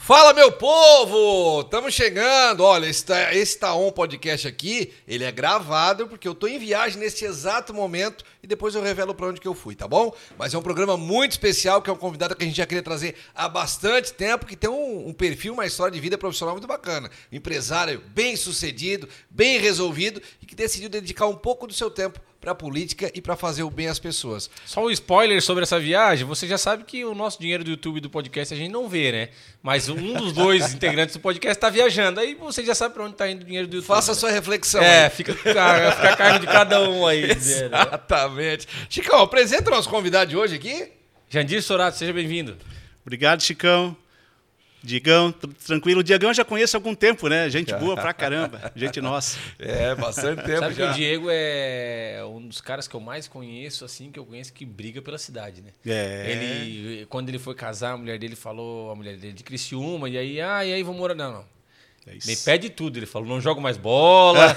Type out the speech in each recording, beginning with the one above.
Fala, meu povo! Estamos chegando. Olha, esse Taon Podcast aqui, ele é gravado porque eu tô em viagem nesse exato momento e depois eu revelo para onde que eu fui, tá bom? Mas é um programa muito especial, que é um convidado que a gente já queria trazer há bastante tempo, que tem um perfil, uma história de vida profissional muito bacana. Um empresário bem sucedido, bem resolvido e que decidiu dedicar um pouco do seu tempo para a política e para fazer o bem às pessoas. Só um spoiler sobre essa viagem, você já sabe que o nosso dinheiro do YouTube e do podcast a gente não vê, né? Mas um dos dois integrantes do podcast está viajando, aí você já sabe para onde está indo o dinheiro do YouTube. Faça a sua reflexão. Fica a cargo de cada um aí. Exatamente. Chicão, apresenta o nosso convidado de hoje aqui. Jandir Sorato, seja bem-vindo. Obrigado, Chicão. Diegão, tranquilo. O Diegão eu já conheço há algum tempo, né? Gente boa pra caramba. Gente nossa. Bastante tempo. Sabe já. que o Diego é um dos caras que eu mais conheço, assim, que briga pela cidade, né? Quando ele foi casar, a mulher dele de Criciúma, e aí vamos morar. Não. Me pede tudo. Ele falou, não jogo mais bola,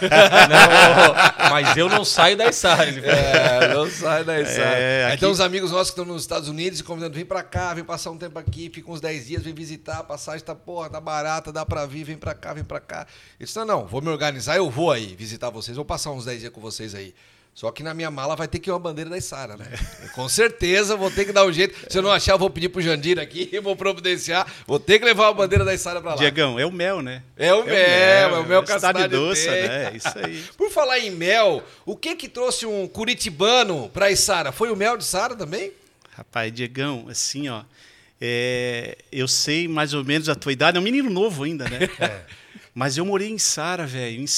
mas eu não saio da Içara. Ele falou. Não sai da Içara. Aí tem uns amigos nossos que estão nos Estados Unidos e convidando, vem pra cá, vem passar um tempo aqui, fica uns 10 dias, vem visitar, a passagem tá barata, dá pra vir, vem pra cá, vem pra cá. Eu disse, não, vou me organizar, eu vou aí visitar vocês, vou passar uns 10 dias com vocês aí. Só que na minha mala vai ter que ir uma bandeira da Içara, né? Com certeza vou ter que dar um jeito. Se eu não achar, eu vou pedir pro Jandir aqui, vou providenciar. Vou ter que levar uma bandeira da Içara pra lá. Diegão, é o mel, né? É o mel que a cidade doce, tem. né? Isso aí. Por falar em mel, o que trouxe um curitibano pra Içara? Foi o mel de Içara também? Rapaz, Diegão, assim, ó, eu sei mais ou menos a tua idade, é um menino novo ainda, né? Mas eu morei em Içara, velho, em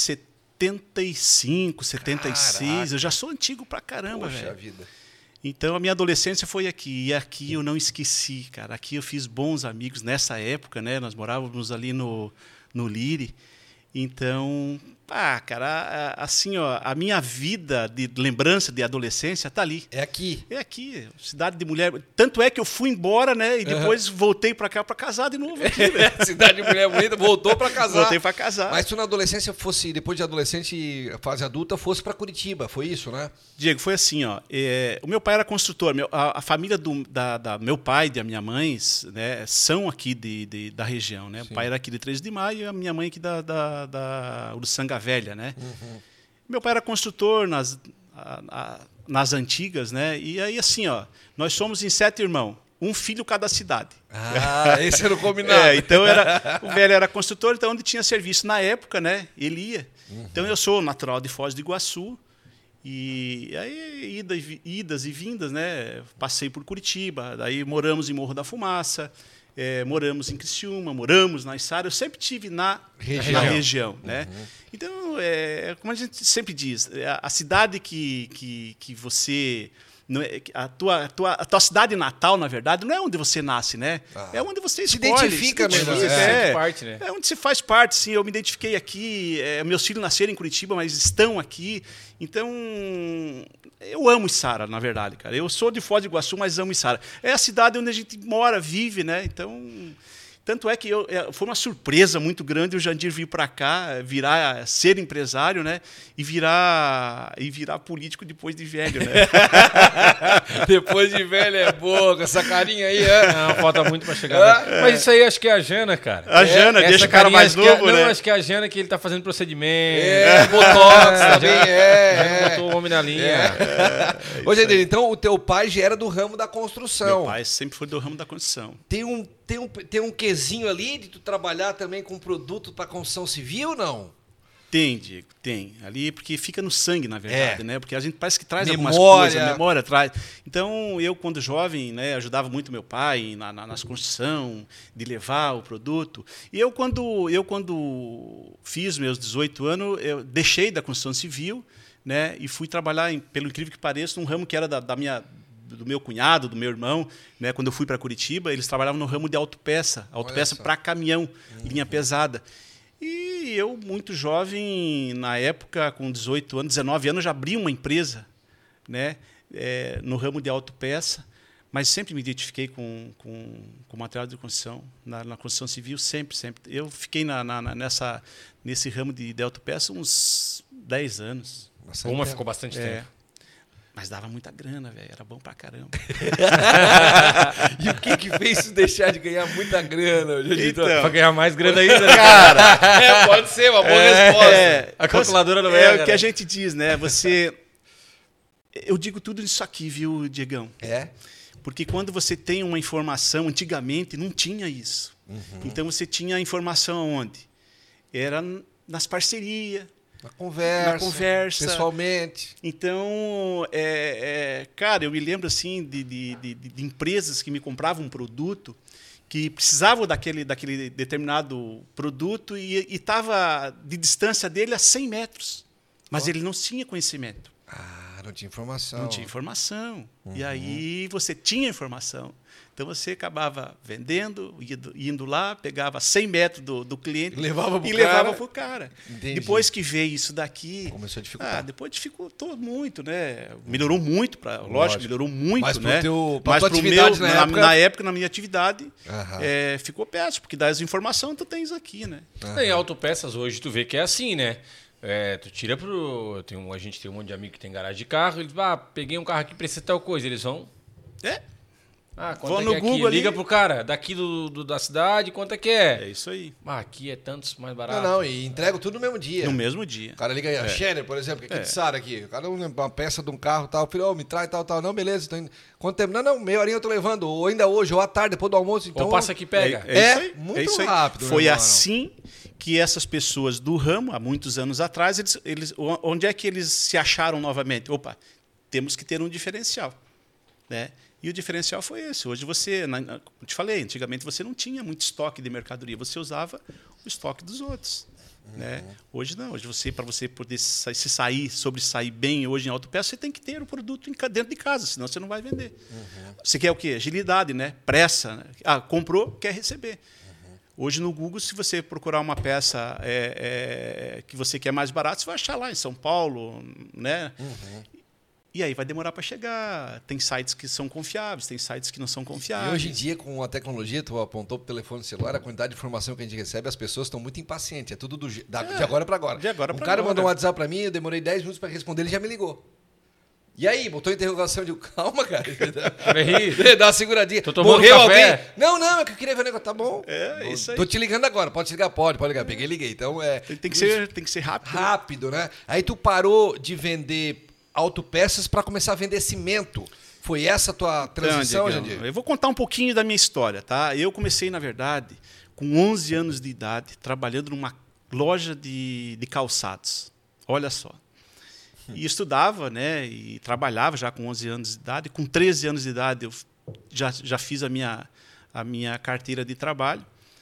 75, 76, Caraca. Eu já sou antigo pra caramba, velho. Vida. Então a minha adolescência foi aqui, e aqui eu não esqueci, cara. Aqui eu fiz bons amigos nessa época, né? Nós morávamos ali no Lire. Então, cara, assim, ó, a minha vida de lembrança de adolescência tá ali. É aqui. É aqui, cidade de mulher. Tanto é que eu fui embora, né? E depois voltei pra cá pra casar de novo aqui, velho. Cidade de mulher bonita, voltou pra casar. Voltei pra casar. Mas tu na adolescência depois de adolescente, fase adulta, fosse pra Curitiba, foi isso, né? Diego, foi assim, ó. O meu pai era construtor. A família da meu pai e da minha mãe, né, são aqui da região, né? Sim. O pai era aqui de 13 de Maio e a minha mãe aqui da Uruçanga Velha, né? Uhum. Meu pai era construtor nas antigas, né? E aí, assim, ó, nós somos em 7 irmãos, um filho cada cidade. Esse era o combinado. Então o velho era construtor, então onde tinha serviço na época, né? Ele ia. Uhum. Então eu sou natural de Foz do Iguaçu. E aí, idas e vindas, né? Passei por Curitiba, daí moramos em Morro da Fumaça, moramos em Criciúma, moramos na Içara. Eu sempre estive na região, né? Uhum. Então, como a gente sempre diz, a cidade que você... A tua cidade natal, na verdade, não é onde você nasce, né? É onde você escolhe. Identifica mesmo. Parte, né? É onde você faz parte, sim. Eu me identifiquei aqui, meus filhos nasceram em Curitiba, mas estão aqui. Então, eu amo Içara, na verdade, cara. Eu sou de Foz do Iguaçu, mas amo Içara. É a cidade onde a gente mora, vive, né? Então... Tanto é que foi uma surpresa muito grande o Jandir vir para cá, ser empresário, né? E virar político depois de velho, né? Depois de velho é boa, com essa carinha aí, Não, falta muito para chegar. Mas isso aí acho que é a Jana, cara. A Jana, deixa o cara mais novo, né? Não, acho que é a Jana que ele tá fazendo procedimento. Botox também, Já botou o homem na linha. Ô, Jandir, então o teu pai já era do ramo da construção. Meu pai sempre foi do ramo da construção. Tem um quesinho ali de tu trabalhar também com produto para construção civil, não? Tem, Diego, tem. Ali, porque fica no sangue, na verdade, né? Porque a gente parece que traz memória. Algumas coisas, memória traz. Então, eu, quando jovem, né, ajudava muito meu pai nas construção, de levar o produto. E eu quando fiz meus 18 anos, eu deixei da construção civil, né, e fui trabalhar, pelo incrível que pareça, num ramo que era do meu cunhado, do meu irmão, né? Quando eu fui para Curitiba, eles trabalhavam no ramo de autopeça para caminhão, linha pesada. E eu, muito jovem, na época, com 18 anos, 19 anos, já abri uma empresa, né? No ramo de autopeça, mas sempre me identifiquei com material de construção, na construção civil, sempre. Eu fiquei nesse ramo de autopeça uns 10 anos. Uma ficou bastante tempo. Mas dava muita grana, velho. Era bom pra caramba. E o que fez isso deixar de ganhar muita grana? Então, pra ganhar mais grana ainda, né? Cara, pode ser uma boa resposta. A calculadora não é o que a gente diz, né? Eu digo tudo isso aqui, viu, Diegão? Porque quando você tem uma informação, antigamente não tinha isso. Então você tinha a informação onde? Era nas parcerias. Na conversa, pessoalmente. Então, cara, eu me lembro assim de empresas que me compravam um produto que precisavam daquele determinado produto e estava de distância dele a 100 metros. Mas ele não tinha conhecimento. Não tinha informação. Não tinha informação. E aí você tinha informação. Então você acabava vendendo, indo lá, pegava 100 metros do cliente e levava para o cara. Depois que veio isso daqui... Começou a dificultar. Depois dificultou muito, né? Melhorou muito, lógico, melhorou muito. Mas né? Mas para atividade na época, na minha atividade, ficou péssimo, porque das informações tu tens aqui, né? Em autopeças hoje tu vê que é assim, né? Tu tira pro... A gente tem um monte de amigo que tem garagem de carro, eles peguei um carro aqui, precisa de tal coisa, eles vão... Quanto no é que Google aqui? Liga pro cara, daqui da cidade, quanto é que é? É isso aí. Aqui é tantos mais barato. Não, e entrega tudo no mesmo dia. No mesmo dia. O cara liga aí, a Scherer, por exemplo, que é de Sara aqui. O cara uma peça de um carro, tal, filho, me traz, tal. Não, beleza, tô indo. Quanto tempo? Não, meia horinha eu tô levando. Ou ainda hoje, ou à tarde, depois do almoço. Então, ou passa aqui e pega. Muito rápido. Foi assim que essas pessoas do ramo, há muitos anos atrás, onde é que eles se acharam novamente? Opa, temos que ter um diferencial, né? E o diferencial foi esse. Hoje você, como te falei, antigamente você não tinha muito estoque de mercadoria, você usava o estoque dos outros. Né? Hoje não. Hoje para você poder sobressair bem hoje em autopeça, você tem que ter o produto dentro de casa, senão você não vai vender. Você quer o quê? Agilidade, né? Pressa. Né? Comprou, quer receber. Hoje no Google, se você procurar uma peça que você quer mais barato, você vai achar lá em São Paulo, né? E aí vai demorar para chegar. Tem sites que são confiáveis, tem sites que não são confiáveis. E hoje em dia, com a tecnologia, tu apontou para o telefone celular, a quantidade de informação que a gente recebe, as pessoas estão muito impacientes. É tudo de agora para agora. De agora para agora. Um cara mandou um WhatsApp para mim, eu demorei 10 minutos para responder, ele já me ligou. E aí, botou interrogação de calma, cara. Dá uma seguradinha. Tô tomando morreu café. Alguém? Não, é que eu queria ver o negócio. Tá bom. Isso aí. Tô te ligando agora. Pode ligar? Pode ligar. Peguei e liguei. Então, tem que ser rápido. Rápido, né? Aí tu parou de vender autopeças para começar a vender cimento. Foi essa a tua transição, Jandir? Eu vou contar um pouquinho da minha história, tá? Eu comecei, na verdade, com 11 anos de idade, trabalhando numa loja de calçados. Olha só. E estudava, né? E trabalhava já com 11 anos de idade. Com 13 anos de idade, eu já fiz a minha carteira de trabalho.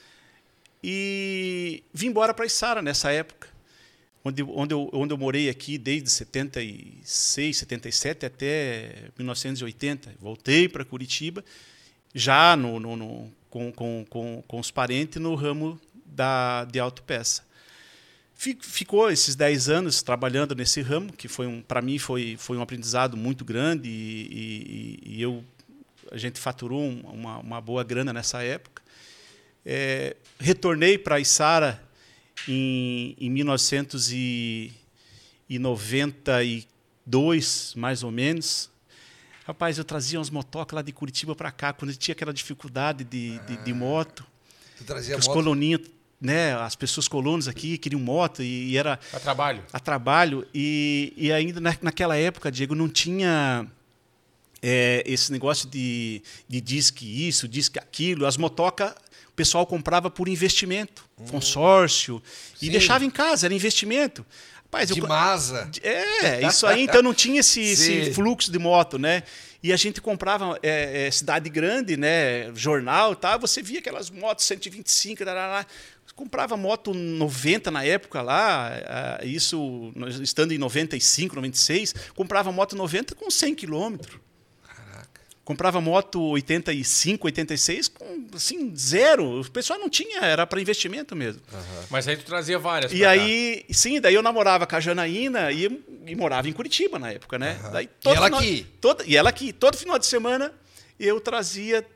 E vim embora para Içara nessa época. Onde eu morei aqui desde 76, 77 até 1980. Voltei para Curitiba, já com os parentes no ramo de autopeça. Ficou esses 10 anos trabalhando nesse ramo, que para mim foi um aprendizado muito grande e a gente faturou uma boa grana nessa época. Retornei para Içara em 1992, mais ou menos. Rapaz, eu trazia umas motocas lá de Curitiba para cá, quando tinha aquela dificuldade de moto. Tu trazia os coloninhos, né, as pessoas colonos aqui queriam moto e era... A trabalho. A trabalho. E ainda naquela época, Diego, não tinha... esse negócio de disque isso, disque aquilo. As motocas... O pessoal comprava por investimento, consórcio, e deixava em casa, era investimento. Rapaz, Masa. Isso aí, então não tinha esse fluxo de moto, né? E a gente comprava cidade grande, né? Jornal, tá? Você via aquelas motos 125, comprava moto 90 na época lá, isso estando em 95, 96, comprava moto 90 com 100 quilômetros. Comprava moto 85, 86 com assim, zero. O pessoal não tinha, era para investimento mesmo. Mas aí tu trazia várias. E aí, sim, daí eu namorava com a Janaína e morava em Curitiba na época, né? Daí, e ela aqui? E ela aqui. Todo final de semana eu trazia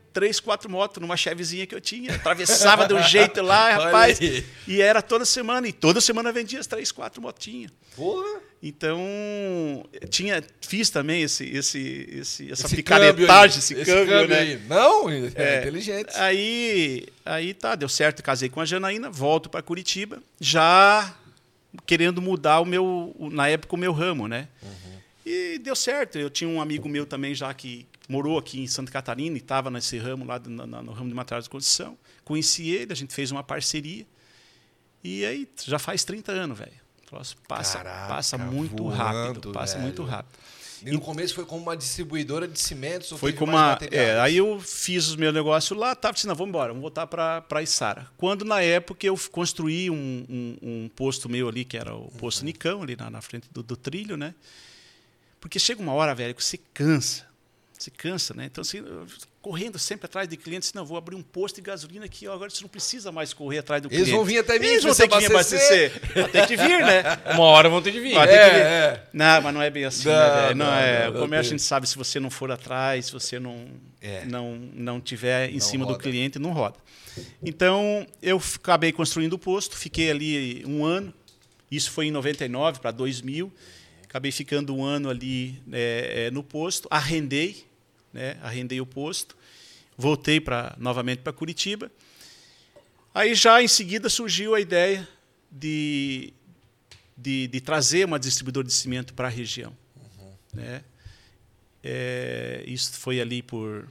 3, 4 motos numa Chevezinha que eu tinha. Atravessava de um jeito lá, rapaz. E era toda semana. E toda semana vendia as 3, 4 motinhas. Porra! Então, fiz também essa picaretagem, esse câmbio, né? Aí. Não, inteligente. Aí tá, deu certo, casei com a Janaína, volto para Curitiba, já querendo mudar na época, o meu ramo, né? Uhum. E deu certo. Eu tinha um amigo meu também já que morou aqui em Santa Catarina e estava nesse ramo lá, no ramo de materiais de construção. Conheci ele, a gente fez uma parceria. E aí já faz 30 anos, velho. Passa muito rápido. Passa muito rápido. E no começo foi como uma distribuidora de cimentos? Foi como aí eu fiz os meus negócios lá, estava dizendo, vamos embora, vamos voltar para a Içara. Quando, na época, eu construí um posto meu ali, que era o posto Nicão, ali na frente do trilho, né? Porque chega uma hora, velho, que você cansa. Você cansa, né? Então, assim, correndo sempre atrás de clientes, não, vou abrir um posto de gasolina aqui, ó, agora você não precisa mais correr atrás do cliente. Eles vão vir até mim, eles vão ter que vir abastecer. Vai ter que vir, né? Uma hora vão ter que vir. Não, mas não é bem assim, né, velho? O comércio a gente sabe, se você não for atrás, se você não tiver em cima do cliente, não roda. Então, eu acabei construindo o posto, fiquei ali 1 ano, isso foi em 99 para 2000, acabei ficando 1 ano ali no posto, arrendei o posto, voltei novamente para Curitiba. Aí já em seguida surgiu a ideia de trazer uma distribuidora de cimento para a região. Uhum. Né? Isso foi ali por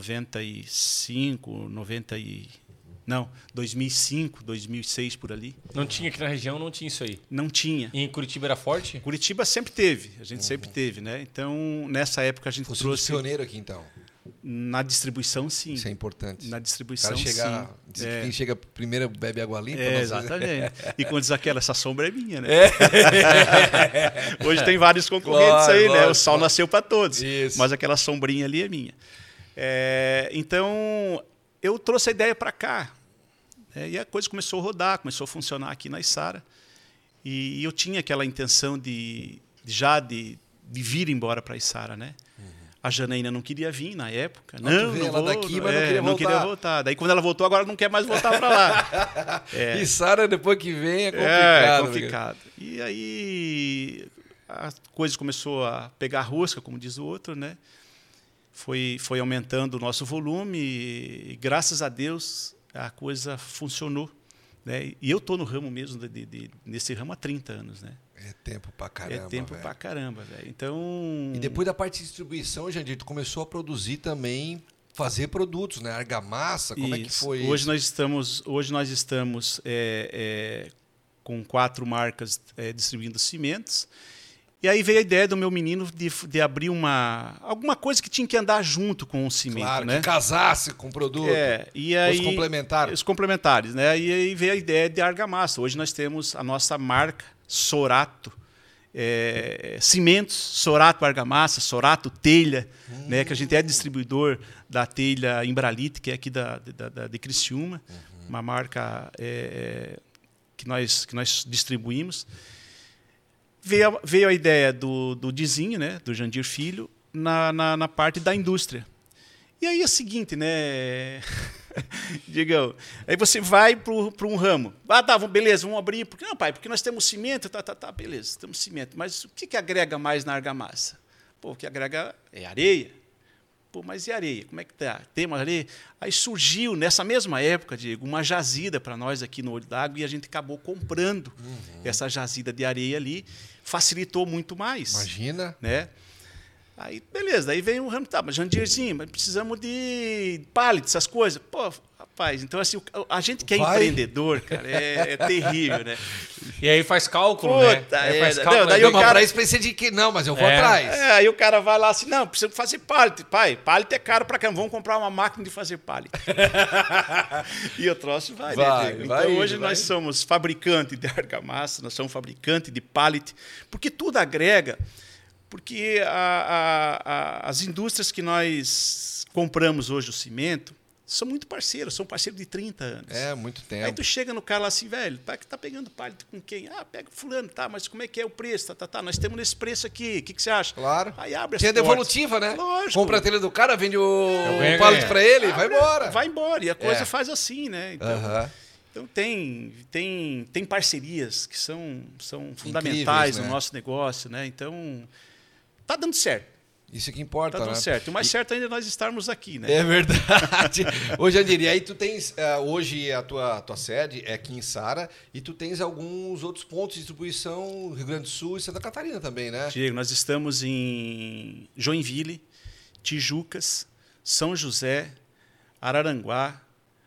2005, 2006, por ali. Não tinha aqui na região, não tinha isso aí? Não tinha. E em Curitiba era forte? Curitiba sempre teve, a gente sempre teve, né? Então, nessa época a gente trouxe... pioneiro aqui, então. Na distribuição, sim. Isso é importante. Na distribuição, sim. Quem chega primeiro bebe água limpa. Exatamente. E quando diz aquela, essa sombra é minha, né? Hoje tem vários concorrentes aí, né? O sol nasceu para todos. Isso. Mas aquela sombrinha ali é minha. Então, eu trouxe a ideia para cá. E a coisa começou a rodar, começou a funcionar aqui na Içara. E eu tinha aquela intenção de vir embora para a Içara, né? A Janaína não queria vir na época. Não vou daqui, mas não queria voltar. Daí, quando ela voltou, agora não quer mais voltar para lá. Içara, depois que vem, é complicado. É complicado. E aí a coisa começou a pegar rosca, como diz o outro, né? Foi aumentando o nosso volume e, graças a Deus, a coisa funcionou. Né? E eu estou no ramo mesmo, nesse ramo há 30 anos, né? É tempo pra caramba, pra caramba, velho. Então... E depois da parte de distribuição, Jandir, tu começou a produzir também, fazer produtos, né? Argamassa, como é que foi hoje isso? Hoje nós estamos com 4 marcas distribuindo cimentos. E aí veio a ideia do meu menino de abrir alguma coisa que tinha que andar junto com o cimento, claro, né? Que casasse com o produto. E aí, os complementares. Os complementares, né? E aí veio a ideia de argamassa. Hoje nós temos a nossa marca Sorato, cimentos, Sorato Argamassa, Sorato Telha, né? Que a gente é distribuidor da telha Imbralite, que é aqui de Criciúma, uma marca que nós distribuímos. Veio a ideia do Dizinho, né, do Jandir Filho, na parte da indústria. E aí é o seguinte, né, Digão, aí você vai para um ramo. Beleza, vamos abrir. Não, pai, porque nós temos cimento, beleza, temos cimento. Mas o que agrega mais na argamassa? O que agrega é areia. Mas e areia? Como é que tá? Tem uma areia? Aí surgiu, nessa mesma época, Diego, uma jazida para nós aqui no Olho d'Água e a gente acabou comprando essa jazida de areia ali. Facilitou muito mais. Imagina. Né? Aí, beleza, aí vem um ramo, mas Jandirzinho, mas precisamos de pallet, essas coisas. Rapaz, então assim, a gente que é empreendedor, cara, é terrível, né? E aí faz cálculo, né? Faz cálculo. Daí o cara... Pra isso precisa de que não, mas eu vou atrás. Aí o cara vai lá assim, não, precisa fazer pallet. Pai, pallet é caro pra caramba, vamos comprar uma máquina de fazer pallet. E o troço vai, né, Diego? Então hoje nós somos fabricante de argamassa, nós somos fabricante de pallet, porque tudo agrega. Porque as indústrias que nós compramos hoje o cimento são muito parceiros, são parceiros de 30 anos. Muito tempo. Aí tu chega no cara lá assim, velho, tá pegando pallet com quem? Pega o fulano, tá, mas como é que é o preço? Tá, nós temos nesse preço aqui, o que você acha? Claro. Aí abre as Tinha portas. devolutiva, né? Lógico. Compra a telha do cara, vende o pallet pra ele, vai embora. Vai embora, e a coisa faz assim, né? Então tem parcerias que são fundamentais no nosso negócio, né? Então, tá dando certo. Isso que importa, tá dando certo. O mais certo ainda é nós estarmos aqui, né? É verdade. Ô, Jandir, e aí tu tens, hoje a tua sede é aqui em Sara, e tu tens alguns outros pontos de distribuição, Rio Grande do Sul e Santa Catarina também, né? Diego, nós estamos em Joinville, Tijucas, São José, Araranguá,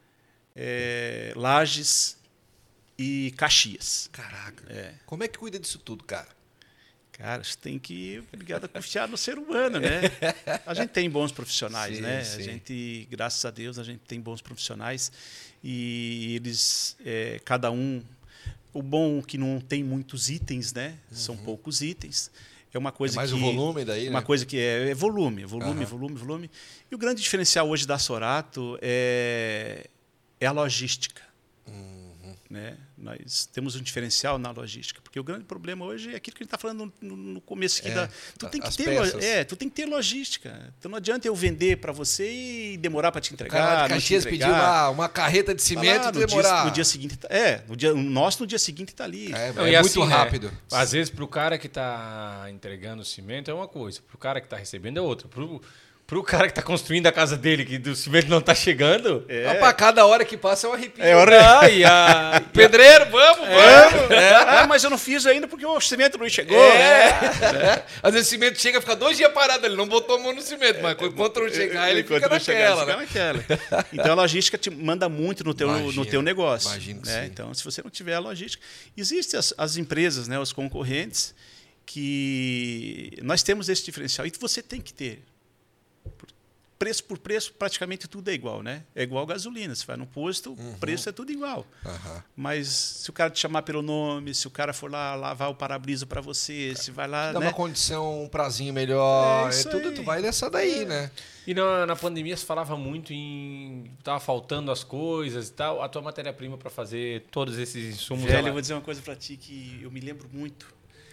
Lages e Caxias. Caraca. Como é que cuida disso tudo, cara? Cara, você tem que obrigado a confiar no ser humano, né? A gente tem bons profissionais, né? Sim. A gente, graças a Deus, a gente tem bons profissionais e eles, cada um, o bom que não tem muitos itens, né? São poucos itens. É uma coisa mais que, o volume daí, uma né? coisa que é volume. E o grande diferencial hoje da Sorato é a logística. Né? Nós temos um diferencial na logística, porque o grande problema hoje é aquilo que a gente está falando no começo aqui tu tem que ter logística. Então não adianta eu vender para você e demorar para te entregar. O cara de Caxias pediu lá uma carreta de cimento e demorar. No dia seguinte no dia seguinte está ali. É muito assim, rápido. Né? Às vezes para o cara que está entregando o cimento é uma coisa, para o cara que está recebendo é outra. Pro cara que tá construindo a casa dele, que do cimento não tá chegando. Pra cada hora que passa é um arrepio. Pedreiro, vamos. Mas eu não fiz ainda porque o cimento não chegou. Às vezes o cimento chega, fica 2 dias parado, ele não botou a mão no cimento, mas enquanto não chegar, ele fica naquela. Então a logística te manda muito no teu negócio. Imagino que né? Então, se você não tiver a logística. Existem as empresas, né, os concorrentes, que nós temos esse diferencial. E você tem que ter. Preço por preço, praticamente tudo é igual, né? É igual gasolina. Se vai no posto, o preço é tudo igual. Mas se o cara te chamar pelo nome, se o cara for lá lavar o para-brisa para você, se vai lá... Dá uma condição, um prazinho melhor, tudo, tu vai nessa daí, né? E na pandemia se falava muito em... Tava faltando as coisas e tal. A tua matéria-prima para fazer todos esses insumos... Velho, eu vou dizer uma coisa para ti que eu me lembro muito.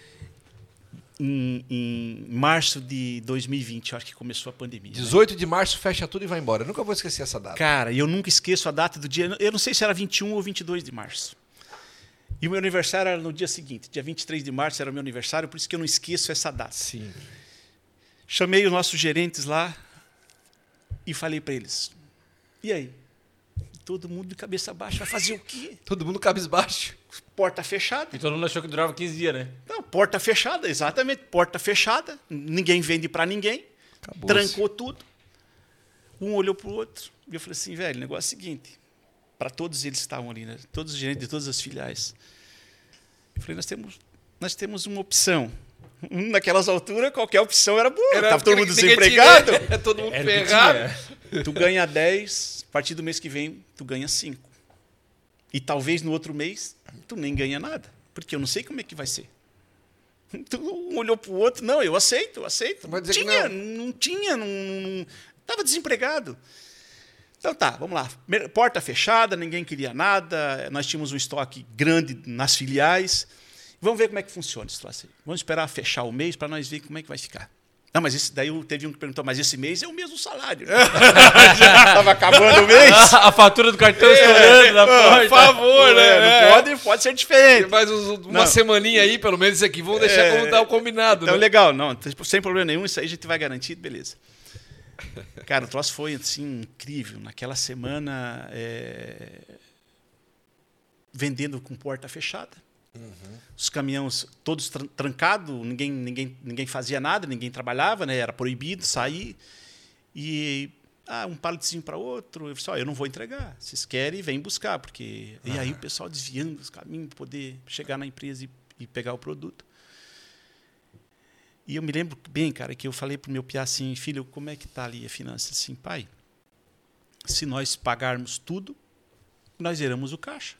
Em março de 2020, eu acho que começou a pandemia. 18 de março fecha tudo e vai embora. Eu nunca vou esquecer essa data. Cara, eu nunca esqueço a data do dia. Eu não sei se era 21 ou 22 de março. E o meu aniversário era no dia seguinte. Dia 23 de março era o meu aniversário, por isso que eu não esqueço essa data. Sim. Chamei os nossos gerentes lá e falei para eles. E aí? Todo mundo de cabeça baixa. Vai fazer o quê? Todo mundo cabisbaixo. Porta fechada. E todo mundo achou que durava 15 dias, né? Não, porta fechada, exatamente. Porta fechada. Ninguém vende para ninguém. Acabou-se. Trancou tudo. Um olhou para o outro. E eu falei assim, velho, o negócio é o seguinte. Para todos eles que estavam ali, né? Todos os gerentes de todas as filiais. Eu falei, nós temos uma opção. Naquelas alturas, qualquer opção era boa. Estava todo mundo desempregado. Todo mundo ferrado. Tu ganha 10, a partir do mês que vem, tu ganha 5. E talvez no outro mês, tu nem ganha nada. Porque eu não sei como é que vai ser. Um olhou para o outro, não, eu aceito. Vai dizer que não. Não tinha, estava desempregado. Então tá, vamos lá. Porta fechada, ninguém queria nada, nós tínhamos um estoque grande nas filiais. Vamos ver como é que funciona esse troço aí. Vamos esperar fechar o mês para nós ver como é que vai ficar. Não, mas daí teve um que perguntou, mas esse mês é o mesmo salário. Já estava acabando o mês. A fatura do cartão estourando na porta. Por favor, né? Não pode ser diferente. Mais uma semaninha aí, pelo menos, aqui. Vamos deixar como tá o combinado. Então, né? legal. Não, sem problema nenhum, isso aí a gente vai garantir, beleza. Cara, o troço foi assim, incrível. Naquela semana, vendendo com porta fechada. Os caminhões todos trancados, ninguém fazia nada, ninguém trabalhava, né? Era proibido sair. E um paletezinho para outro. Eu disse, eu não vou entregar. Vocês querem, vem buscar. Porque... E aí o pessoal desviando os caminhos para poder chegar na empresa e pegar o produto. E eu me lembro bem, cara, que eu falei para o meu piá assim, filho, como é que está ali a finança? Assim, pai, se nós pagarmos tudo, nós zeramos o caixa.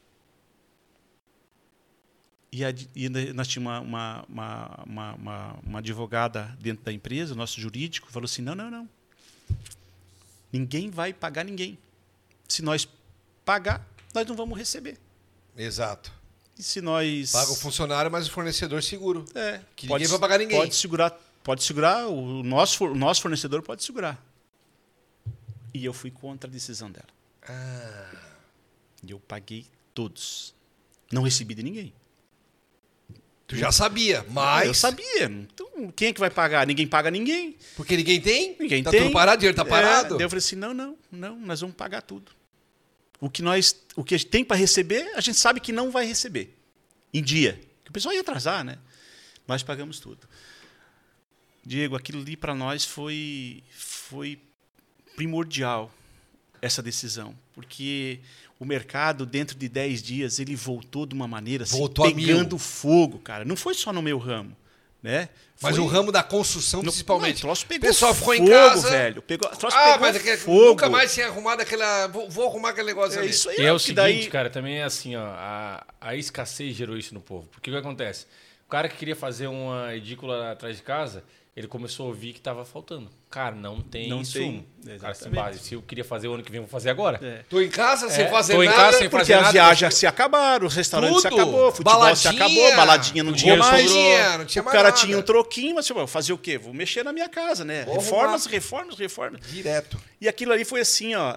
E nós tínhamos uma advogada dentro da empresa, o nosso jurídico, falou assim, não. Ninguém vai pagar ninguém. Se nós pagar, nós não vamos receber. Exato. E se nós... Paga o funcionário, mas o fornecedor seguro. Que ninguém vai pode pagar ninguém. Pode segurar, o nosso fornecedor pode segurar. E eu fui contra a decisão dela. E eu paguei todos. Não recebi de ninguém. Tu já sabia, mas... Eu sabia. Então, quem é que vai pagar? Ninguém paga ninguém. Porque ninguém tem? Ninguém tá tem. Tudo parado, dinheiro tá parado? Daí eu falei assim, não, nós vamos pagar tudo. O que a gente tem para receber, a gente sabe que não vai receber. Em dia. Que o pessoal ia atrasar, né? Nós pagamos tudo. Diego, aquilo ali para nós foi primordial, essa decisão. Porque o mercado, dentro de 10 dias, ele voltou de uma maneira assim, pegando fogo, cara. Não foi só no meu ramo, né? Mas o ramo da construção, principalmente. O troço pegou pessoal fogo, ficou em casa, velho. O troço pegou fogo. Nunca mais tinha arrumado aquela... Vou arrumar aquele negócio ali. Isso aí. E é o seguinte, cara, também é assim, ó, a escassez gerou isso no povo. Porque o que acontece? O cara que queria fazer uma edícula atrás de casa, ele começou a ouvir que estava faltando. Cara, não tem insumo. Cara, se eu queria fazer o ano que vem, vou fazer agora. Tô em casa sem fazer tô nada. Em casa sem porque fazer as nada, viagens se acabaram, os restaurantes se acabou, futebol se acabou, baladinha não tinha mais. Não tinha o mais cara nada. tinha um troquinho, mas vou fazer o quê? Vou mexer na minha casa, né? Vou Reformas. Direto. E aquilo ali foi assim, ó.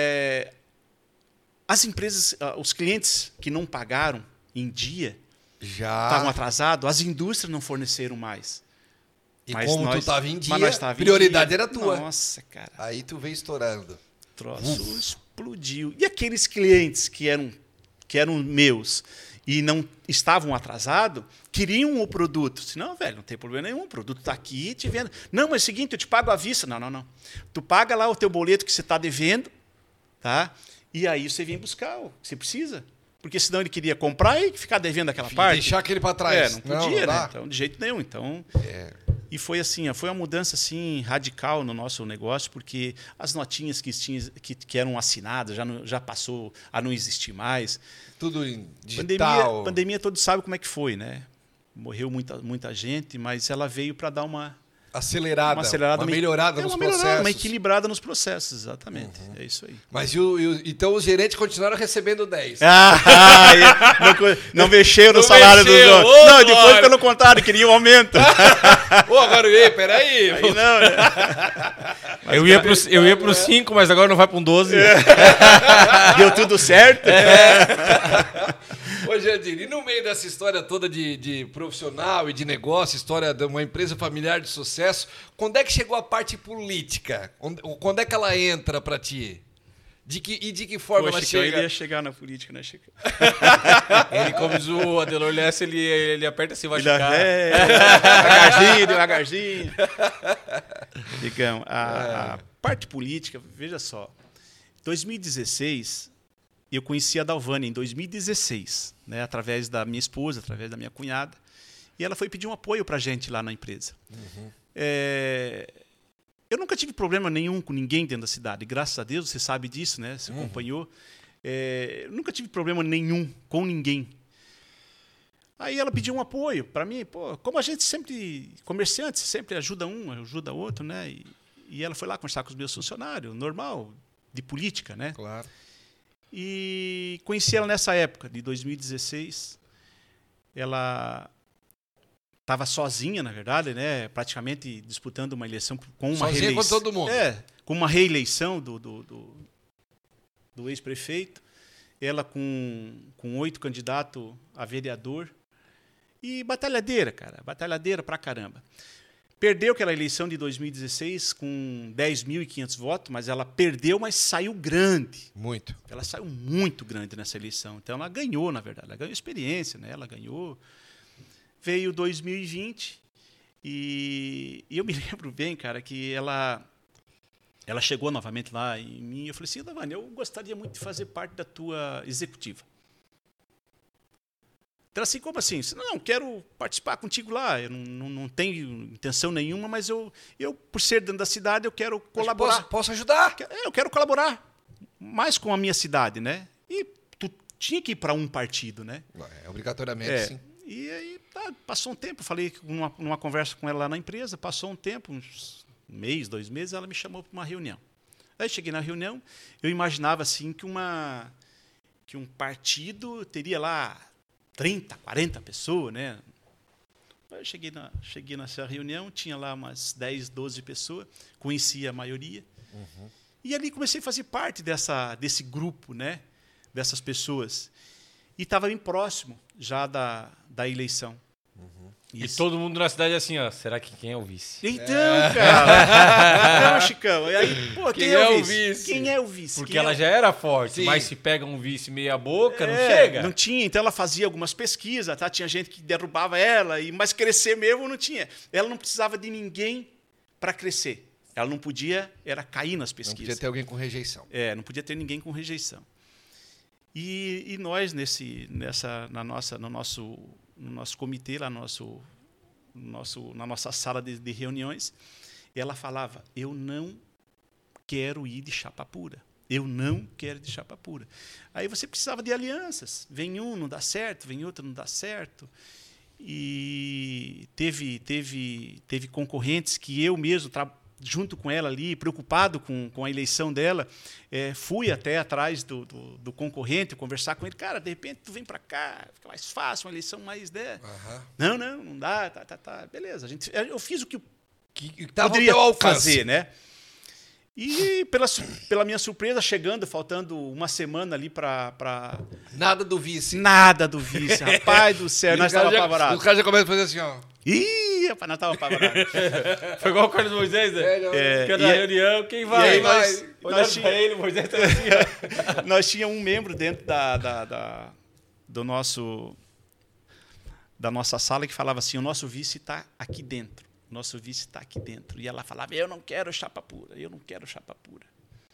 As empresas, os clientes que não pagaram em dia, estavam atrasados, as indústrias não forneceram mais. E como tu estava em dia, a prioridade era tua. Nossa, cara. Aí tu veio estourando. O troço explodiu. E aqueles clientes que eram meus e não estavam atrasados, queriam o produto. Disse, não, velho, não tem problema nenhum, o produto está aqui te vendo. Não, mas é o seguinte, eu te pago à vista. Não. Tu paga lá o teu boleto que você está devendo, tá? E aí você vem buscar o que você precisa. Porque senão ele queria comprar e ficar devendo aquela parte. Deixar aquele para trás. Não podia, né? Então, de jeito nenhum. Então... E foi assim, foi uma mudança assim radical no nosso negócio, porque as notinhas que eram assinadas já passou a não existir mais. Tudo em digital. Pandemia todos sabem como é que foi, né? Morreu muita gente, mas ela veio para dar uma acelerada, uma melhorada nos processos. Uma equilibrada nos processos, exatamente. É isso aí. Mas então os gerentes continuaram recebendo 10. Não mexeu no salário dos outros. Não, depois pelo contrário, queria um aumento. Agora peraí. Aí não, né? Eu ia pro 5, mas agora não vai para um 12. Deu tudo certo? Ô, Jandir, e no meio dessa história toda de profissional e de negócio, história de uma empresa familiar de sucesso, quando é que chegou a parte política? Quando é que ela entra para ti? De que forma ela chega? Ele ia chegar na política, né, Chico? Ele, como diz o Adelor Lessa, ele aperta assim, vai ficar. Devagarzinho. Digamos, a parte política, veja só, 2016... Eu conheci a Dalvânia em 2016, né, através da minha esposa, através da minha cunhada, e ela foi pedir um apoio para a gente lá na empresa. Eu nunca tive problema nenhum com ninguém dentro da cidade, graças a Deus, você sabe disso, né? Você acompanhou. Eu nunca tive problema nenhum com ninguém. Aí ela pediu um apoio para mim, como a gente sempre, comerciante, sempre ajuda um, ajuda outro, né? E ela foi lá conversar com os meus funcionários, normal, de política, né? Claro. E conheci ela nessa época, de 2016. Ela estava sozinha, na verdade, né? Praticamente disputando uma eleição com uma reeleição. Sozinha com todo mundo. Com uma reeleição do ex-prefeito. Ela com 8 candidatos a vereador. E batalhadeira, cara. Batalhadeira pra caramba. Perdeu aquela eleição de 2016 com 10.500 votos, mas ela perdeu, mas saiu grande. Muito. Ela saiu muito grande nessa eleição. Então, ela ganhou, na verdade. Ela ganhou experiência, né? Ela ganhou. Veio 2020 e eu me lembro bem, cara, que ela chegou novamente lá em mim e eu falei assim, Davânia, eu gostaria muito de fazer parte da tua executiva. Então, assim, como assim? Não, quero participar contigo lá, eu não tenho intenção nenhuma, mas eu, por ser dentro da cidade, eu quero colaborar. Posso ajudar? Eu quero colaborar mais com a minha cidade, né? E tu tinha que ir para um partido, né? Obrigatoriamente, sim. E aí, passou um tempo, falei numa conversa com ela lá na empresa, passou um tempo, uns mês, 2 meses, ela me chamou para uma reunião. Aí cheguei na reunião, eu imaginava assim que um partido teria lá 30, 40 pessoas, né? Eu cheguei nessa reunião, tinha lá umas 10, 12 pessoas, conhecia a maioria. Uhum. E ali comecei a fazer parte desse grupo, né? Dessas pessoas. E estava bem próximo já da eleição. Uhum. E todo mundo na cidade assim, ó, será que quem é o vice? Então, cara. Então, Chicão, e aí, pô, quem é o vice? Quem é o vice? Porque ela já era forte, sim, mas se pega um vice meia boca, não chega. Não tinha, então ela fazia algumas pesquisas, tá? Tinha gente que derrubava ela, mas crescer mesmo não tinha. Ela não precisava de ninguém para crescer. Ela não podia, era cair nas pesquisas. Não podia ter alguém com rejeição. Não podia ter ninguém com rejeição. E nós, no nosso comitê, lá na nossa sala de reuniões, ela falava, eu não quero ir de chapa pura. Eu não quero ir de chapa pura. Aí você precisava de alianças. Vem um, não dá certo, vem outro, não dá certo. E teve concorrentes que eu mesmo, junto com ela ali, preocupado com a eleição dela, fui até atrás do concorrente, conversar com ele. Cara, de repente tu vem para cá, fica mais fácil, uma eleição mais... Uhum. Não dá, tá. Beleza, eu fiz o que poderia fazer, né? E pela minha surpresa, faltando uma semana ali para... Nada do vice. Nada do vice, rapaz do céu, nós estávamos apavorados. O cara já começa a fazer assim, ó. Ih, rapaz, nós estávamos apavorados. Foi igual o Carlos Moisés, né? Que na reunião, quem vai? Nós tinha ele, Moisés tá assim, nós tínhamos um membro dentro da nossa sala que falava assim, o nosso vice está aqui dentro. Nosso vice está aqui dentro. E ela falava, eu não quero chapa pura, eu não quero chapa pura.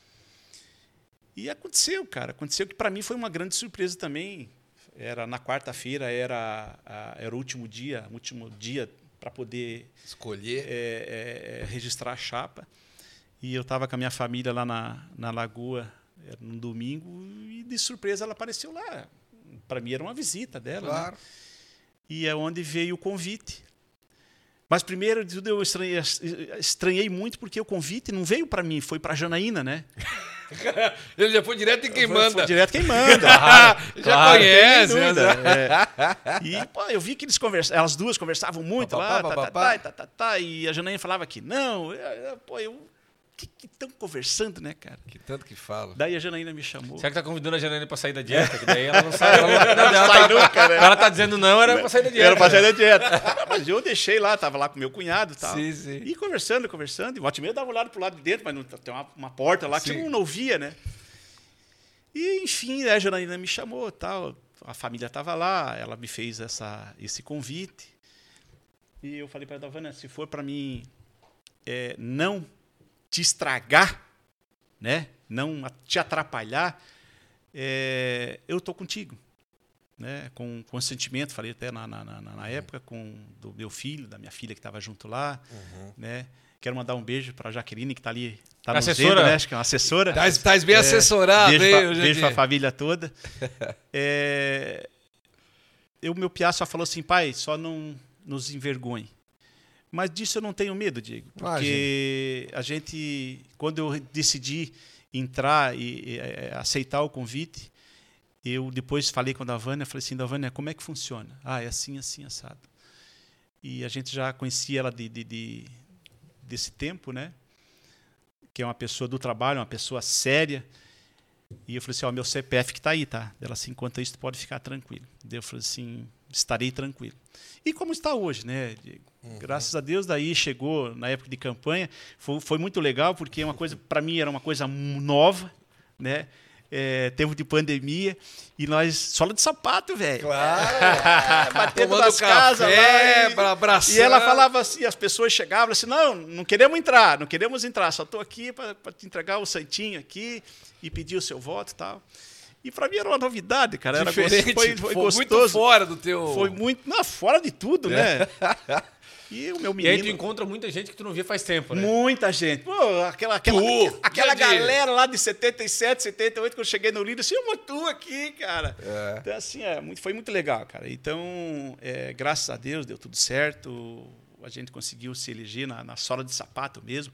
E aconteceu, cara. Aconteceu que para mim foi uma grande surpresa também. Era na quarta-feira, era o último dia para poder escolher, registrar a chapa. E eu estava com a minha família lá na Lagoa, era num domingo, e de surpresa ela apareceu lá. Para mim era uma visita dela. Claro. Né? E é onde veio o convite. Mas primeiro de tudo eu estranhei muito porque o convite não veio para mim, foi para a Janaína, né? Ele já foi direto em quem manda. Foi direto quem manda. Já conhece. E pô, eu vi que elas duas conversavam muito lá, e a Janaína falava que não. Que estão conversando, né, cara? Que tanto que fala. Daí a Janaína me chamou. Será que tá convidando a Janaína para sair da dieta? Que daí ela não sai. Ela sai nunca, né? Ela tá dizendo não, era para sair da dieta. Era para sair da dieta. Mas eu deixei lá, tava lá com meu cunhado e tal. Sim. E conversando. E volta e meia eu dava um olhado pro lado de dentro, mas não, tem uma porta lá que eu não ouvia, né? E, enfim, a Janaína me chamou tal. A família tava lá, ela me fez esse convite. E eu falei para ela, Vânia, se for para mim não te estragar, né? Não te atrapalhar, eu estou contigo. Né? Com consentimento, falei até na época, do meu filho, da minha filha que estava junto lá. Uhum. Né? Quero mandar um beijo para a Jaqueline, que está ali. Tá nos assessora? Vendo, né? Acho que é uma assessora. Estás bem assessorado. Beijo para a família toda. Meu piá só falou assim, pai, só não nos envergonhe. Mas disso eu não tenho medo, Diego. Porque a gente, quando eu decidi entrar e aceitar o convite, eu depois falei com a Davânia, falei assim, Davânia, como é que funciona? É assim, assado. E a gente já conhecia ela desse tempo, né? Que é uma pessoa do trabalho, uma pessoa séria. E eu falei assim, meu CPF que está aí, tá? Ela assim, enquanto isso, tu pode ficar tranquilo. Daí eu falei assim, estarei tranquilo. E como está hoje, né, Diego? Uhum. Graças a Deus, daí chegou na época de campanha, foi muito legal, porque uma coisa, para mim, era uma coisa nova, né? Tempo de pandemia, e nós, sola de sapato, velho. Claro! Batendo nas casas lá. Abraçando. E ela falava assim, as pessoas chegavam assim, não queremos entrar, só estou aqui para te entregar o santinho aqui e pedir o seu voto e tal. E para mim era uma novidade, cara. Diferente. Foi gostoso. Muito fora do teu... Foi muito... Não, fora de tudo, né? E o meu menino... E aí tu encontra muita gente que tu não vê faz tempo, né? Muita gente. Pô, aquela galera lá de 77, 78, que eu cheguei no Líder, assim, tu aqui, cara. Então, assim, foi muito legal, cara. Então, graças a Deus, deu tudo certo. A gente conseguiu se eleger na sola de sapato mesmo.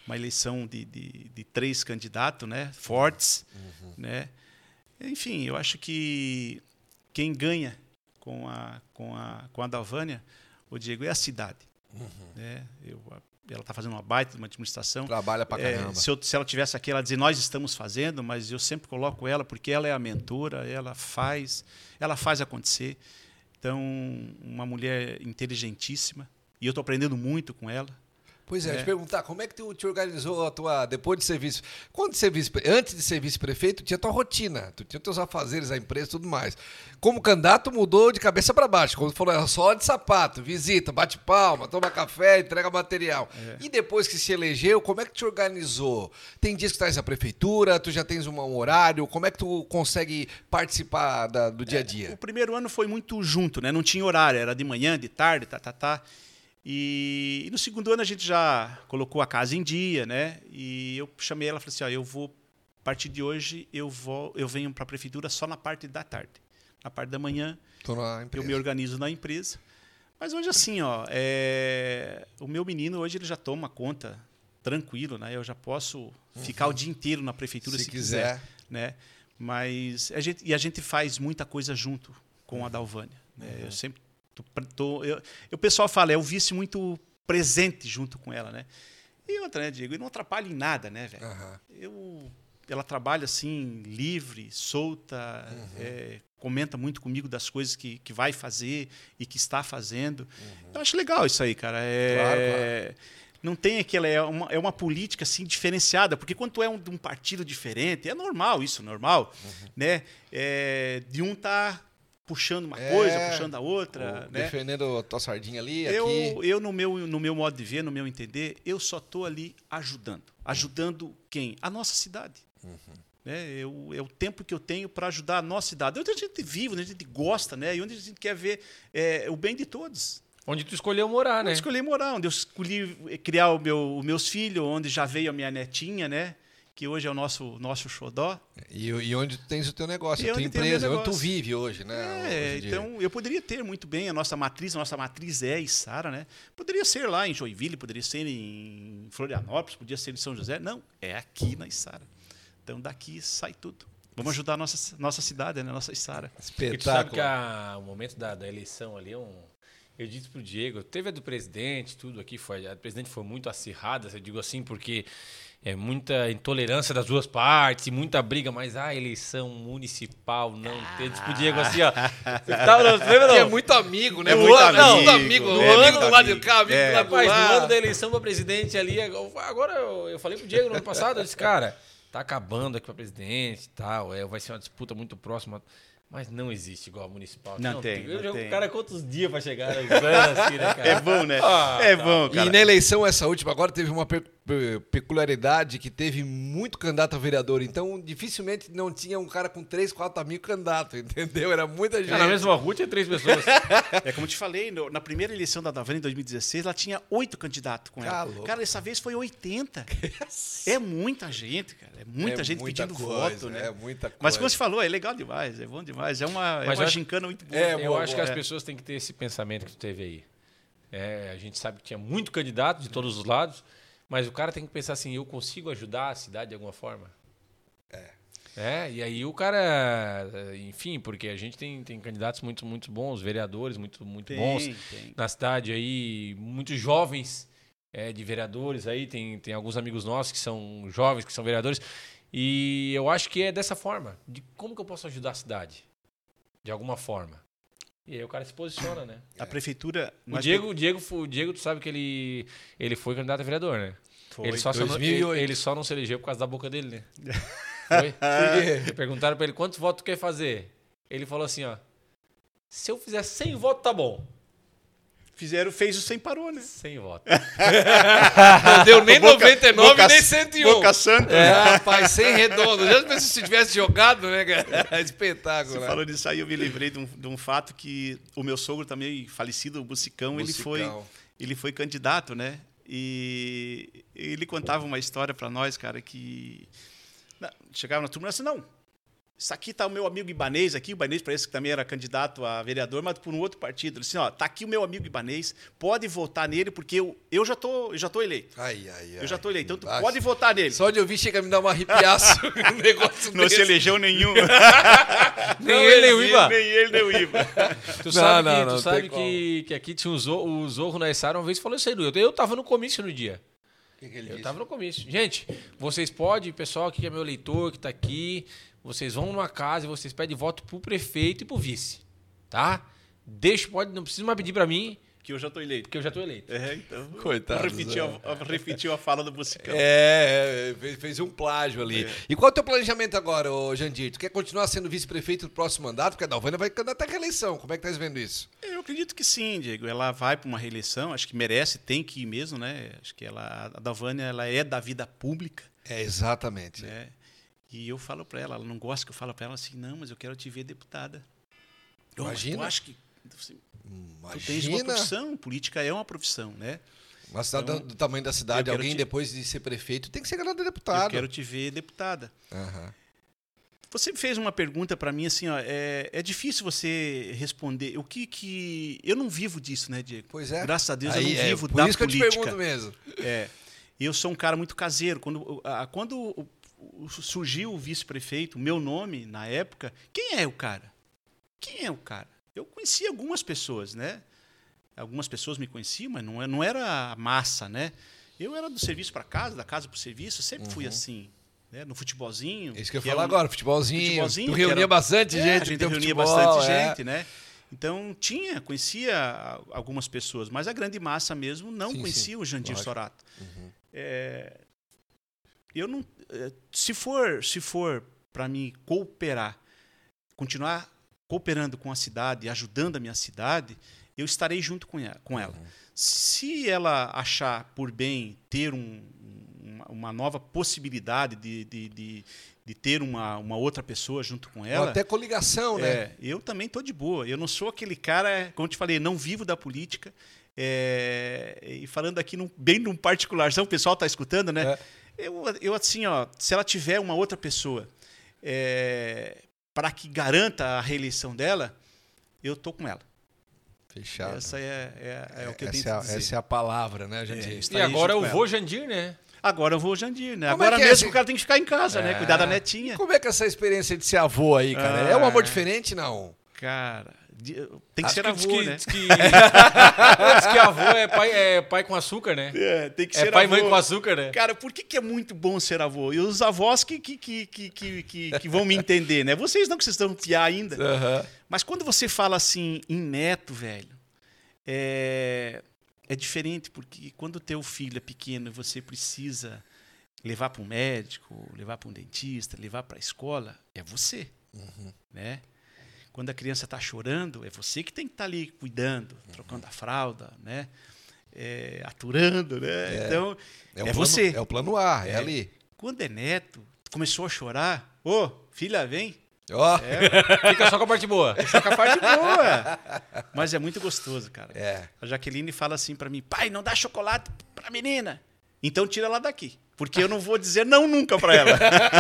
uma eleição de 3 candidatos, né, fortes, né? Enfim, eu acho que quem ganha com a Dalvânia, o Diego, é a cidade. Né? Ela está fazendo uma baita de uma administração. Trabalha pra caramba. Se ela tivesse aqui, ela dizer, nós estamos fazendo, mas eu sempre coloco ela, porque ela é a mentora, ela faz acontecer. Então, uma mulher inteligentíssima, e eu estou aprendendo muito com ela. Pois é, te perguntar, como é que tu te organizou depois de ser vice? Antes de ser vice-prefeito, tinha tua rotina, tu tinha teus afazeres, a empresa e tudo mais. Como candidato, mudou de cabeça para baixo. Como tu falou, era só de sapato, visita, bate palma, toma café, entrega material. E depois que se elegeu, como é que te organizou? Tem dias que tu estás na prefeitura, tu já tens um horário, como é que tu consegue participar do dia a dia? O primeiro ano foi muito junto, né? Não tinha horário, era de manhã, de tarde, E no segundo ano a gente já colocou a casa em dia, né? E eu chamei ela e falei assim, a partir de hoje eu venho para a prefeitura só na parte da tarde. Na parte da manhã eu me organizo na empresa. Mas hoje assim, o meu menino hoje ele já toma conta tranquilo, né? Eu já posso ficar o dia inteiro na prefeitura se quiser, né? Mas a gente faz muita coisa junto com a Dalvânia, né? Eu sempre o pessoal fala, é o vice muito presente junto com ela, né? E outra, né, Diego? E não atrapalha em nada, né, velho? Ela trabalha assim, livre, solta, comenta muito comigo das coisas que vai fazer e que está fazendo. Eu acho legal isso aí, cara. Claro. Não tem aquela. É uma política assim, diferenciada, porque quando tu é de um partido diferente, é normal isso, né? De um tá puxando uma coisa, puxando a outra. Né? Defendendo a tua sardinha ali, aqui. Eu no meu modo de ver, no meu entender, eu só estou ali ajudando. Ajudando quem? A nossa cidade. Né? É o tempo que eu tenho para ajudar a nossa cidade. Onde a gente vive, onde a gente gosta, né? E onde a gente quer ver o bem de todos. Onde tu escolheu morar, né? Onde eu escolhi morar, onde eu escolhi criar os meus filhos, onde já veio a minha netinha, né? Que hoje é o nosso xodó. E onde tu tens o teu negócio, a tua empresa, onde tu vive hoje, né? Então, eu poderia ter muito bem a nossa matriz é Içara, né? Poderia ser lá em Joinville, poderia ser em Florianópolis, podia ser em São José. Não, é aqui na Içara. Então, daqui sai tudo. Vamos ajudar a nossa cidade, né? Nossa Içara. Espetáculo. E tu sabe que o momento da eleição ali eu disse pro Diego, teve a do presidente, tudo aqui, a do presidente foi muito acirrada, eu digo assim, porque é muita intolerância das duas partes, muita briga, mas a eleição municipal não tem. Disse pro Diego assim, ó. É muito amigo, né? É muito amigo. Amigo do lado de cá, amigo do lado do lado. No ano da eleição para presidente ali, agora eu falei pro Diego no ano passado, eu disse, cara, tá acabando aqui para presidente e tal, vai ser uma disputa muito próxima. Mas não existe igual a municipal. Não tem. O cara, quantos dias para chegar nos anos, assim, né, cara? É bom, né? Bom, cara. E na eleição, essa última agora, teve uma peculiaridade que teve muito candidato a vereador. Então, dificilmente não tinha um cara com 3, 4 amigos candidatos, entendeu? Era muita gente. Na mesma rua tinha 3 pessoas. Como eu te falei, na primeira eleição da Dalvânia, em 2016, ela tinha 8 candidatos com ela. Cara, dessa vez foi 80. É muita gente, cara. É muita gente pedindo voto, né? É muita coisa. Mas como você falou, é legal demais, é bom demais. É uma gincana muito boa. Eu acho que as pessoas têm que ter esse pensamento que tu teve aí. A gente sabe que tinha muito candidato de todos os lados, mas o cara tem que pensar assim, eu consigo ajudar a cidade de alguma forma? E aí o cara, enfim, porque a gente tem candidatos muito, muito bons, vereadores muito bons na cidade aí, muitos jovens de vereadores aí, tem alguns amigos nossos que são jovens, que são vereadores, e eu acho que é dessa forma, de como que eu posso ajudar a cidade, de alguma forma. E aí o cara se posiciona, né? A prefeitura... O Diego, tu sabe que ele foi candidato a vereador, né? Foi. Ele só não se elegeu por causa da boca dele, né? Foi? Perguntaram pra ele, quantos votos tu quer fazer? Ele falou assim, ó, se eu fizer 100 votos, tá bom. Fez o 100 parou, né? 100 votos. Não deu nem 99, nem 101. Boca Santa. Rapaz, 100 redondo. Já pensou se tivesse jogado, né, cara? Espetáculo. Você falou disso aí, eu me lembrei de um fato que o meu sogro também, falecido, o Bucicão, ele foi candidato, né? E ele contava uma história para nós, cara, que chegava na turma e disse, não, isso aqui tá o meu amigo Ibanez aqui, o Ibanez parece que também era candidato a vereador, mas por um outro partido. Ele disse, ó, tá aqui o meu amigo Ibanez, pode votar nele, porque eu já tô eleito. Eu já tô eleito, então tu pode votar nele. Só de ouvir chega a me dar um arrepiaço. Um negócio não se elegeu nenhum. Nem ele, nem o Iba. Nem ele, nem o Iba. Tu sabe que aqui tinha o Zorro na Essara, uma vez falou isso aí, eu tava no comício no dia. Que ele eu disse? tava no comício. Gente, vocês podem, pessoal que é meu eleitor, que tá aqui, vocês vão numa casa e vocês pedem voto pro prefeito e pro vice, tá? Não precisa mais pedir pra mim. Que eu já tô eleito. Porque eu já tô eleito. Então, coitado. Repetiu a fala do Bucicão. Fez um plágio ali. E qual é o teu planejamento agora, Jandir? Tu quer continuar sendo vice-prefeito no próximo mandato? Porque a Dalvânia vai candidatar à reeleição. Como é que tá vendo isso? Eu acredito que sim, Diego. Ela vai para uma reeleição, acho que merece, tem que ir mesmo, né? Acho que a Dalvânia ela é da vida pública. Exatamente. Né? E eu falo para ela não gosta que eu falo para ela assim, não, mas eu quero te ver deputada. Imagina. Eu acho que tu tens uma profissão, política é uma profissão, né? Mas então, do tamanho da cidade, alguém depois de ser prefeito tem que ser candidato a deputado. Eu quero te ver deputada. Uhum. Você fez uma pergunta para mim assim, ó, é difícil você responder. O que eu não vivo disso, né, Diego? Pois é. Graças a Deus eu não vivo da política. Por isso que eu te pergunto mesmo. Eu sou um cara muito caseiro. Quando surgiu o vice-prefeito, o meu nome na época, quem é o cara? Eu conhecia algumas pessoas, né? Algumas pessoas me conheciam, mas não era a massa, né? Eu era do serviço para casa, da casa para o serviço, sempre fui assim, né? No futebolzinho. É isso que eu ia falar agora, futebolzinho. Tu reunia bastante gente. A gente reunia bastante gente, né? Então, conhecia algumas pessoas, mas a grande massa mesmo não conhecia o Jandir Sorato. Eu não, se for para mim cooperar, continuar cooperando com a cidade, ajudando a minha cidade, eu estarei junto com ela. Se ela achar por bem ter uma nova possibilidade de ter uma outra pessoa junto com ela... Ou até coligação, né? Eu também estou de boa. Eu não sou aquele cara, como eu te falei, não vivo da política. E falando aqui bem num particular, o pessoal está escutando, né? Eu assim, ó, se ela tiver uma outra pessoa para que garanta a reeleição dela, eu estou com ela. Fechado. Essa é o que eu tenho que dizer. Essa é a palavra, né, Jandir? E agora eu vou Jandir, né? Agora eu vou Jandir, né? Como agora mesmo o cara tem que ficar em casa, né? Cuidar da netinha. E como é que é essa experiência de ser avô aí, cara? É um amor diferente, não? Cara, tem que ser avô, né? Diz que avô é pai com açúcar, né? Tem que ser pai e avô. mãe com açúcar, né? Cara, por que é muito bom ser avô? E os avós que vão me entender, né? Vocês não, que vocês estão piar ainda. Mas quando você fala assim em neto, velho, é diferente, porque quando o teu filho é pequeno e você precisa levar para um médico, levar para um dentista, levar para a escola, é você, né? Quando a criança está chorando, é você que tem que estar ali cuidando, trocando a fralda, né? Aturando, né? Então, você. É o plano A, é ali. Quando é neto, começou a chorar, filha, vem. Fica só com a parte boa. Só com a parte boa. Mas é muito gostoso, cara. A Jaqueline fala assim para mim, pai, não dá chocolate pra menina. Então tira ela daqui. Porque eu não vou dizer não nunca para ela.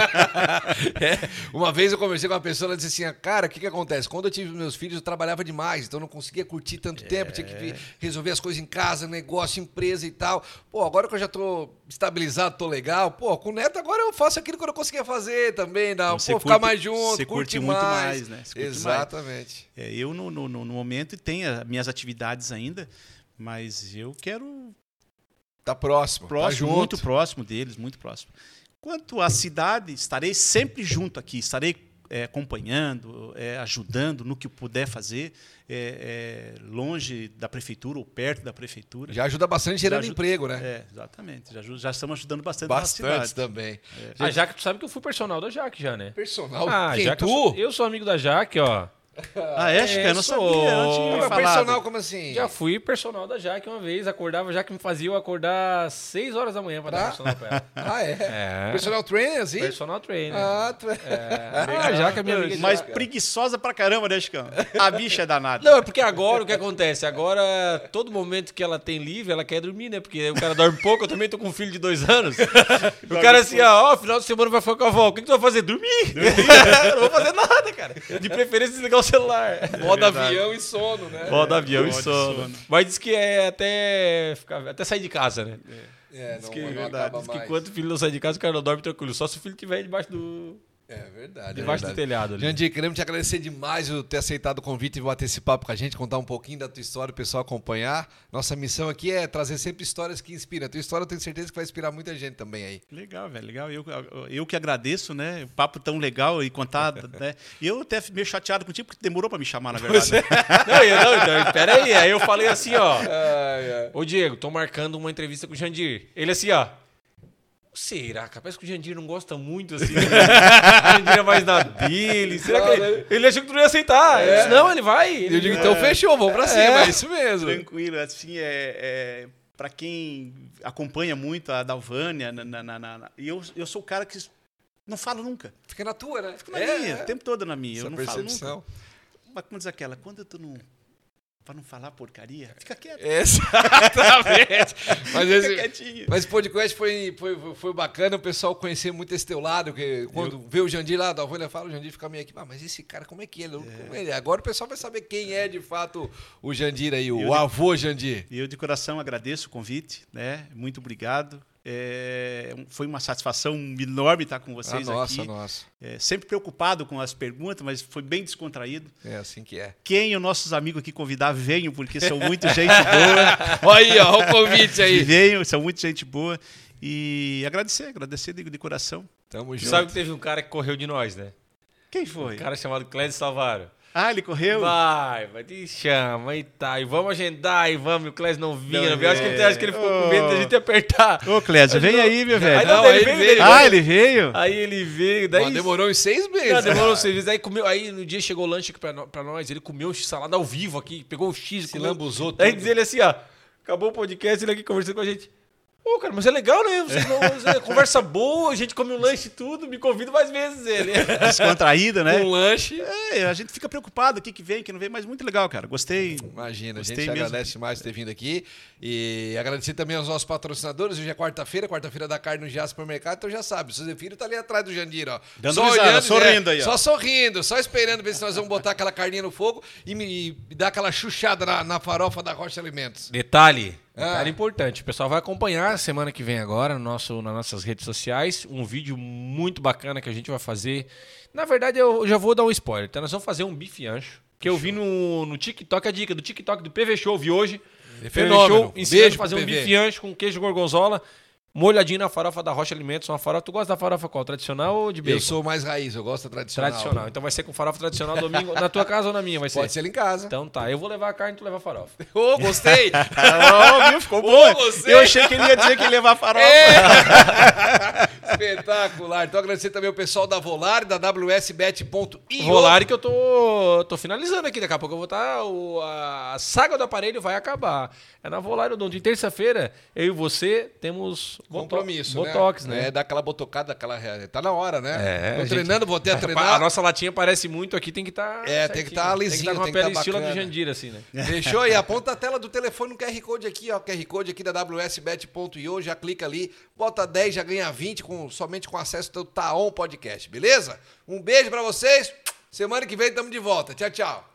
Uma vez eu conversei com uma pessoa, ela disse assim, cara, o que acontece? Quando eu tive meus filhos, eu trabalhava demais, então eu não conseguia curtir tanto tempo, tinha que resolver as coisas em casa, negócio, empresa e tal. Pô, agora que eu já tô estabilizado, tô legal, pô, com o neto agora eu faço aquilo que eu não conseguia fazer também, ficar mais junto, você curte muito mais, né? Exatamente. Eu no momento tenho as minhas atividades ainda, mas eu quero... Tá próximo, tá junto. Muito próximo deles, muito próximo. Quanto à cidade, estarei sempre junto aqui, estarei acompanhando, ajudando no que puder fazer, longe da prefeitura ou perto da prefeitura. Já ajuda bastante gerando emprego, né? Exatamente. Já estamos ajudando bastante na cidade. Bastante também. A Jaque, tu sabe que eu fui personal da Jaque já, né? Personal? Quem, Jaque, tu? Eu sou amigo da Jaque, ó. Ah, é, Chica? Eu não sabia. Eu tinha falado. Personal, como assim? Já fui personal da Jaque uma vez, acordava, já que me fazia eu acordar às 6 horas da manhã pra dar personal pra ela. Ah, é? Personal trainer, assim? Personal trainer. Ah, já que a minha amiga... Mas preguiçosa pra caramba, né, Chicão? A bicha é danada. Não, é porque agora o que acontece? Agora, todo momento que ela tem livre, ela quer dormir, né? Porque o cara dorme pouco, eu também tô com um filho de 2 anos. O cara assim, ó, final de semana vai ficar com a avó. O que tu vai fazer? Dormir. Não vou fazer nada, cara. De preferência desligar o celular. Modo avião e sono, né? Modo avião e sono. Mas diz que é até sair de casa, né? Diz que quando o filho não sai de casa, o cara não dorme tranquilo. Só se o filho estiver debaixo do... É verdade. Debaixo do telhado. Ali. Jandir, queremos te agradecer demais por ter aceitado o convite e bater esse papo com a gente, contar um pouquinho da tua história, o pessoal acompanhar. Nossa missão aqui é trazer sempre histórias que inspiram. A tua história eu tenho certeza que vai inspirar muita gente também aí. Legal, velho, legal. Eu que agradeço, né? O papo tão legal e contar, né? E eu até meio chateado contigo, porque demorou pra me chamar, na verdade. Então, pera aí. Aí eu falei assim, ó. Ô, Diego, tô marcando uma entrevista com o Jandir. Ele assim, ó. Será? Parece que o Jandir não gosta muito, assim. O Jandir é mais na dele. Será que ele achou que tu não ia aceitar? Disse, não, ele vai. Eu digo, então fechou, vamos pra cima, é isso mesmo. Tranquilo, assim, pra quem acompanha muito a Dalvânia, eu sou o cara que não falo nunca. Fica na tua, né? Fico na minha, o tempo todo na minha. Essa eu não percepção. falo nunca. Mas como diz aquela, quando tu não... Pra não falar porcaria, fica quieto. Exatamente. Fica quietinho. Mas o podcast foi bacana o pessoal conhecer muito esse teu lado, porque quando vê o Jandir lá, da Dalvânia fala, o Jandir fica meio aqui, mas esse cara, como é que ele? Como ele é? Agora o pessoal vai saber quem é de fato o Jandir aí, o avô Jandir. E eu de coração agradeço o convite, né? Muito obrigado. Foi uma satisfação enorme estar com vocês aqui. Nossa. Sempre preocupado com as perguntas, mas foi bem descontraído. É assim que é. Quem os nossos amigos aqui convidar, venham, porque são muito gente boa. Olha aí, ó, o convite aí. Venham, são muito gente boa. E agradecer de coração. Tamo junto. Sabe que teve um cara que correu de nós, né? Quem foi? Um cara chamado Clédio Salvaro. Ah, ele correu? Vai, te chama e tá. E vamos agendar, e vamos. E o Clésio não vinha. Eu acho que ele ficou com medo da gente apertar. Ô, Clésio, vem aí, meu velho. Ele veio? Aí ele veio. Daí... demorou uns 6 meses. Demorou uns 6 meses. Aí no dia chegou o lanche aqui pra nós. Ele comeu salada ao vivo aqui. Pegou o X, se lambuzou tudo. Aí diz ele assim, ó. Acabou o podcast, ele aqui conversando com a gente. Pô, cara, mas é legal, né? Você conversa boa, a gente come um lanche e tudo, me convida mais vezes ele. Descontraída, né? Um lanche. A gente fica preocupado aqui que vem, que não vem, mas muito legal, cara. Gostei. Imagina, gostei a gente mesmo. agradece mais por ter vindo aqui. E agradecer também aos nossos patrocinadores. Hoje é quarta-feira da carne no Giá Supermercado, então já sabe, o seu Zefiro tá ali atrás do Jandir, ó. Dando só risada, olhando, sorrindo aí, ó. Só sorrindo, só esperando ver se nós vamos botar aquela carninha no fogo e dar aquela chuchada na farofa da Rocha Alimentos. Detalhe importante, o pessoal vai acompanhar semana que vem agora nas nossas redes sociais, um vídeo muito bacana que a gente vai fazer. Na verdade, eu já vou dar um spoiler, tá? Nós vamos fazer um bife ancho, que eu vi no TikTok, a dica do TikTok do PV Show, vi hoje. Fenômeno. Ensinando a fazer um bife ancho com queijo gorgonzola, molhadinho na farofa da Rocha Alimentos. Uma farofa, tu gosta da farofa qual? Tradicional ou de bacon? Eu sou mais raiz, eu gosto da tradicional. Tradicional. Então vai ser com farofa tradicional domingo. Na tua casa ou na minha vai ser? Pode ser lá em casa. Então tá, eu vou levar a carne e tu leva a farofa. Ô, gostei! Viu? Ficou bom. Eu achei que ele ia dizer que ia levar a farofa. Espetacular. Então agradecer também o pessoal da Volare, da WSBet.io. Volare que eu tô finalizando aqui. Daqui a pouco eu vou estar... A saga do aparelho vai acabar. É na Volare, onde terça-feira eu e você temos... Compromisso, Botox, né? Dá aquela botocada, tá na hora, né? Tô gente... treinando, vou até treinar. A nossa latinha parece muito aqui, tem que estar tem que estar lisinho, tem que estar com a pele estilo do Jandir, assim, né? Fechou? E aponta a tela do telefone no QR Code aqui, ó. QR Code aqui da WSBet.io, já clica ali, bota 10, já ganha 20 somente com acesso ao Taon Podcast, beleza? Um beijo pra vocês, semana que vem estamos de volta. Tchau, tchau.